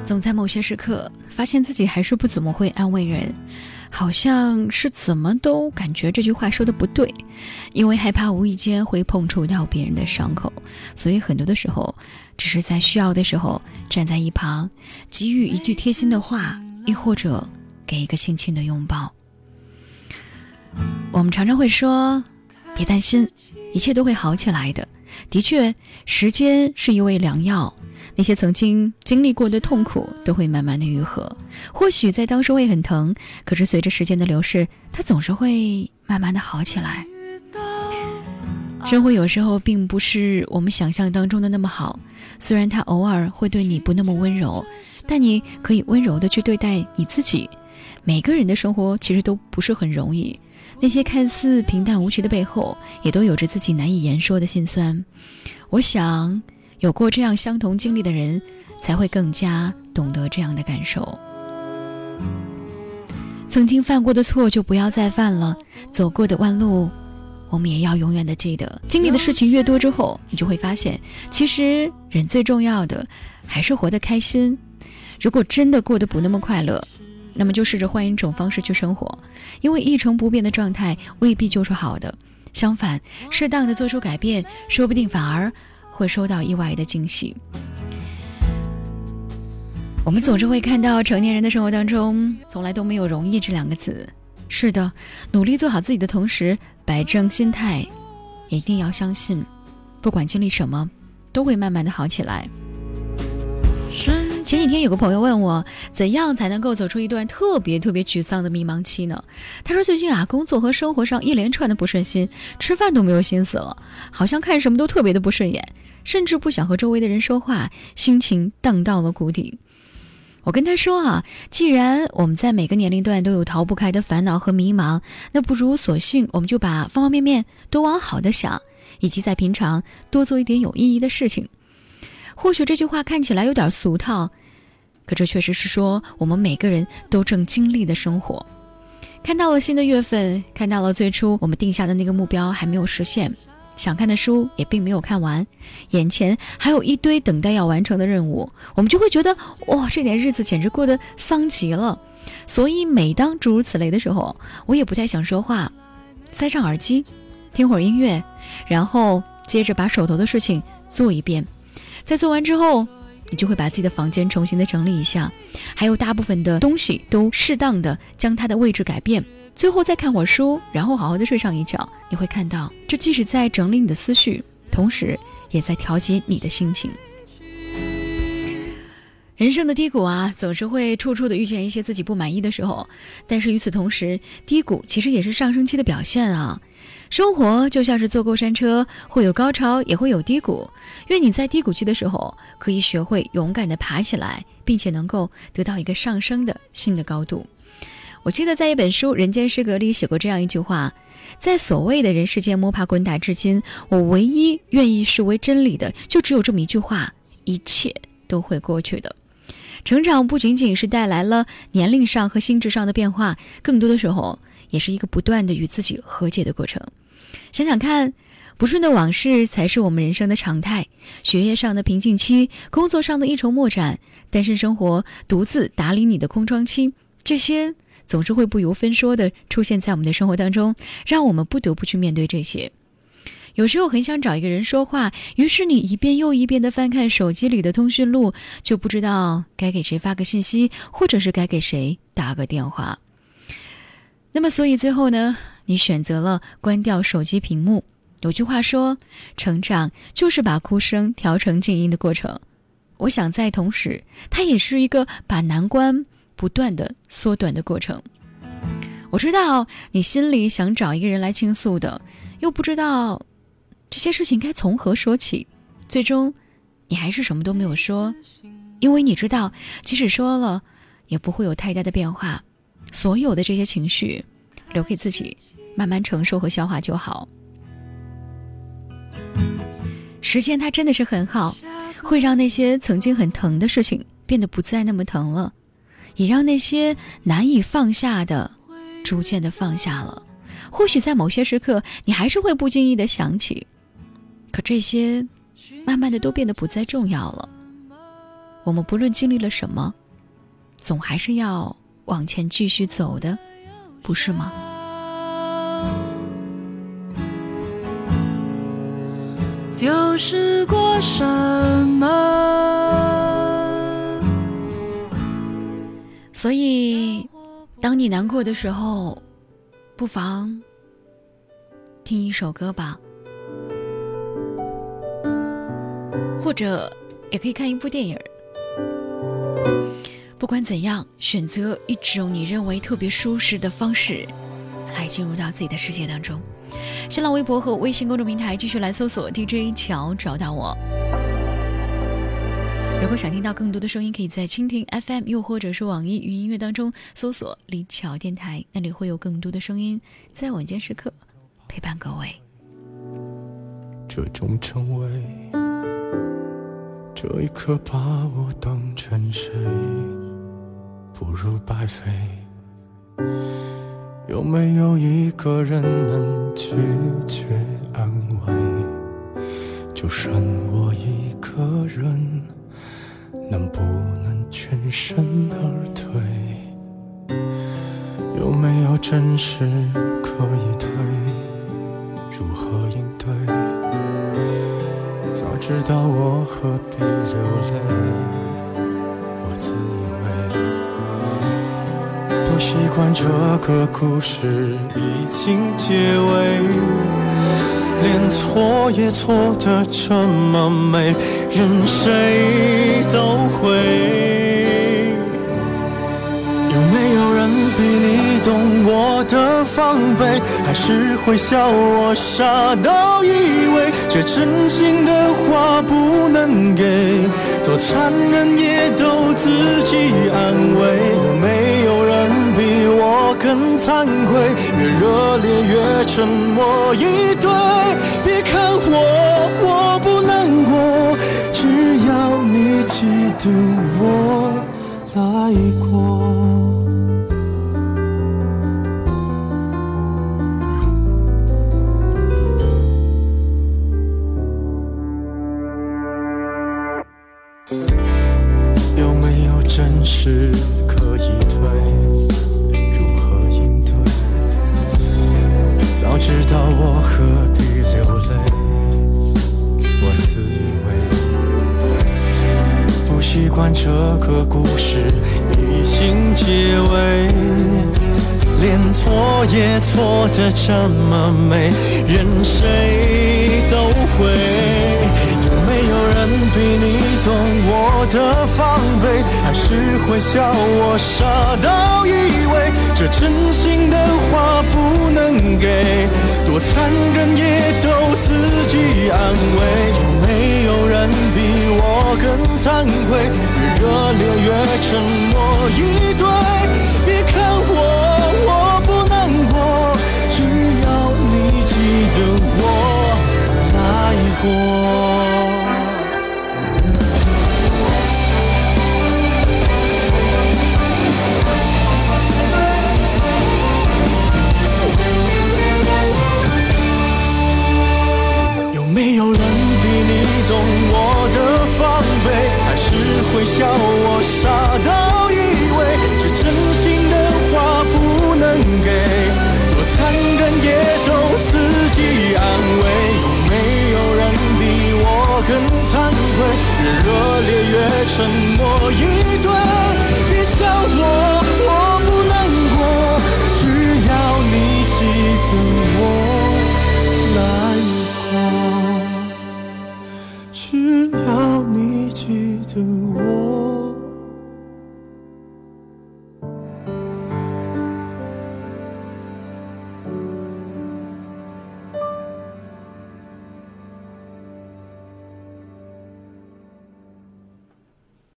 总在某些时刻发现自己还是不怎么会安慰人，好像是怎么都感觉这句话说的不对，因为害怕无意间会碰触到别人的伤口，所以很多的时候只是在需要的时候站在一旁，给予一句贴心的话，亦或者给一个轻轻的拥抱。我们常常会说别担心，一切都会好起来的。的确，时间是一味良药，那些曾经经历过的痛苦都会慢慢的愈合，或许在当时会很疼，可是随着时间的流逝，它总是会慢慢的好起来。生活有时候并不是我们想象当中的那么好，虽然它偶尔会对你不那么温柔，但你可以温柔的去对待你自己。每个人的生活其实都不是很容易，那些看似平淡无奇的背后，也都有着自己难以言说的辛酸。我想有过这样相同经历的人，才会更加懂得这样的感受。曾经犯过的错就不要再犯了，走过的弯路我们也要永远的记得。经历的事情越多之后，你就会发现，其实人最重要的还是活得开心。如果真的过得不那么快乐，那么就试着换一种方式去生活，因为一成不变的状态未必就是好的，相反，适当的做出改变，说不定反而会收到意外的惊喜。我们总是会看到成年人的生活当中从来都没有容易这两个字。是的，努力做好自己的同时，摆正心态，一定要相信不管经历什么都会慢慢的好起来。前几天有个朋友问我，怎样才能够走出一段特别沮丧的迷茫期呢？他说最近工作和生活上一连串的不顺心，吃饭都没有心思了，好像看什么都特别的不顺眼，甚至不想和周围的人说话，心情荡到了谷底。我跟他说既然我们在每个年龄段都有逃不开的烦恼和迷茫，那不如索性我们就把方方面面都往好的想，以及在平常多做一点有意义的事情。或许这句话看起来有点俗套，可这确实是说我们每个人都正经历的生活。看到了新的月份，看到了最初我们定下的那个目标还没有实现，想看的书也并没有看完，眼前还有一堆等待要完成的任务，我们就会觉得哇，这点日子简直过得丧极了。所以每当诸如此类的时候，我也不太想说话，塞上耳机听会儿音乐，然后接着把手头的事情做一遍。在做完之后，你就会把自己的房间重新的整理一下，还有大部分的东西都适当的将它的位置改变，最后再看会儿书，然后好好的睡上一觉。你会看到，这既是在整理你的思绪，同时也在调节你的心情。人生的低谷总是会处处的遇见一些自己不满意的时候，但是与此同时，低谷其实也是上升期的表现生活就像是坐过山车，会有高潮也会有低谷，愿你在低谷期的时候可以学会勇敢地爬起来，并且能够得到一个上升的新的高度。我记得在一本书《人间失格》里写过这样一句话，在所谓的人世间摸爬滚打至今，我唯一愿意视为真理的就只有这么一句话，一切都会过去的。成长不仅仅是带来了年龄上和心智上的变化，更多的时候也是一个不断的与自己和解的过程。想想看，不顺的往事才是我们人生的常态，学业上的瓶颈期，工作上的一筹莫展，单身生活独自打理你的空窗期，这些总是会不由分说的出现在我们的生活当中，让我们不得不去面对这些。有时候很想找一个人说话，于是你一遍又一遍地翻看手机里的通讯录，就不知道该给谁发个信息，或者是该给谁打个电话。那么所以最后呢，你选择了关掉手机屏幕。有句话说，成长就是把哭声调成静音的过程。我想在同时，它也是一个把难关不断的缩短的过程。我知道你心里想找一个人来倾诉的，又不知道这些事情该从何说起，最终你还是什么都没有说，因为你知道即使说了也不会有太大的变化，所有的这些情绪留给自己慢慢承受和消化就好。时间它真的是很好，会让那些曾经很疼的事情变得不再那么疼了，也让那些难以放下的逐渐的放下了。或许在某些时刻你还是会不经意的想起，可这些慢慢的都变得不再重要了。 我们不论经历了什么，总还是要往前继续走的，不是吗？ 丢失过什么？ 所以当你难过的时候，不妨听一首歌吧，或者也可以看一部电影。不管怎样，选择一种你认为特别舒适的方式来进入到自己的世界当中。新浪微博和微信公众平台继续来搜索 DJ 乔找到我。如果想听到更多的声音，可以在蜻蜓 FM 又或者是网易云音乐当中搜索李乔电台，那里会有更多的声音在晚间时刻陪伴各位。 这种称谓，这一刻把我当成谁，不如白费。有没有一个人能拒绝安慰？就剩我一个人，能不能全身而退？有没有真实可以退？如何应对？早知道我何必流泪？我自以为不习惯这个故事已经结尾，连错也错得这么美，任谁都会。有没有人比你懂我的防备？还是会笑我傻到以为这真心的话不能给，多残忍也都自己安慰。有没有人比我更惭愧？越热烈越沉默以对。别看我不难过，只要你记得我来过。有没有真实可以退？如何应对？早知道我何必流泪？我自以为不习惯这个故事已经结尾，连错也错得这么美，任谁都会。有没有人比你懂我的防备？还是会笑我傻到以为这真心的话不能给，多残忍也都自己安慰。有没有人比我更惭愧？越热烈越沉默以对。别看我不难过，只要你记得我来过。没有人比你懂我的防备？还是会笑我傻到以为这真心的话不能给，多残忍也都自己安慰。有没有人比我更惭愧？越热烈越沉默以对。别笑我不难过，只要你记得我来过。只要你记得我